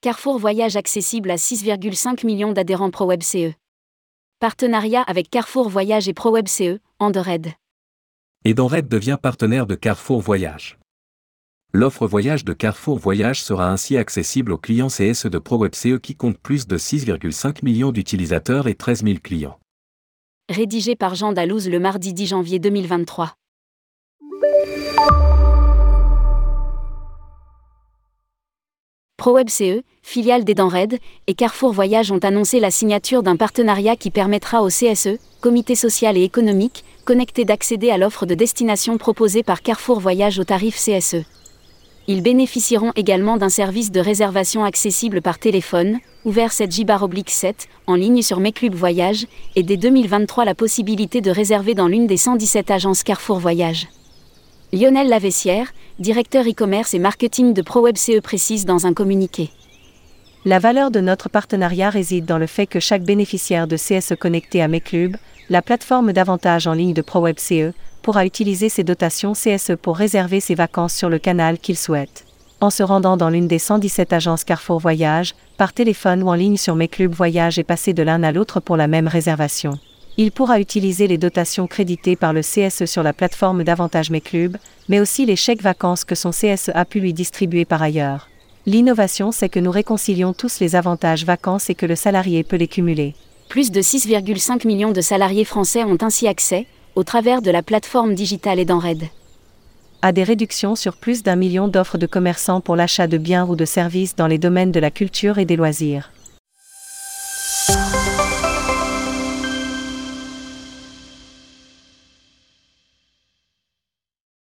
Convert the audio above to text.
Carrefour Voyage accessible à 6,5 millions d'adhérents ProWebCE. Partenariat avec Carrefour Voyage et ProWebCE, Edenred. Edenred devient partenaire de Carrefour Voyage. L'offre voyage de Carrefour Voyage sera ainsi accessible aux clients CSE de ProWebCE qui comptent plus de 6,5 millions d'utilisateurs et 13 000 clients. Rédigé par Jean Dalouse le mardi 10 janvier 2023. ProWebCE, filiale d'Edenred, et Carrefour Voyage ont annoncé la signature d'un partenariat qui permettra au CSE, Comité social et économique, connecté d'accéder à l'offre de destination proposée par Carrefour Voyage au tarif CSE. Ils bénéficieront également d'un service de réservation accessible par téléphone, ouvert 7J/7, en ligne sur Mes Clubs Voyage, et dès 2023 la possibilité de réserver dans l'une des 117 agences Carrefour Voyage. Lionel Lavessière, directeur e-commerce et marketing de ProWebCE précise dans un communiqué. La valeur de notre partenariat réside dans le fait que chaque bénéficiaire de CSE connecté à Mes Clubs, la plateforme d'avantages en ligne de ProWebCE, pourra utiliser ses dotations CSE pour réserver ses vacances sur le canal qu'il souhaite. En se rendant dans l'une des 117 agences Carrefour Voyage, par téléphone ou en ligne sur Mes Clubs Voyage et passer de l'un à l'autre pour la même réservation. Il pourra utiliser les dotations créditées par le CSE sur la plateforme d'avantages Mes Clubs, mais aussi les chèques vacances que son CSE a pu lui distribuer par ailleurs. L'innovation, c'est que nous réconcilions tous les avantages vacances et que le salarié peut les cumuler. Plus de 6,5 millions de salariés français ont ainsi accès, au travers de la plateforme digitale Edenred, à des réductions sur plus d'1 million d'offres de commerçants pour l'achat de biens ou de services dans les domaines de la culture et des loisirs.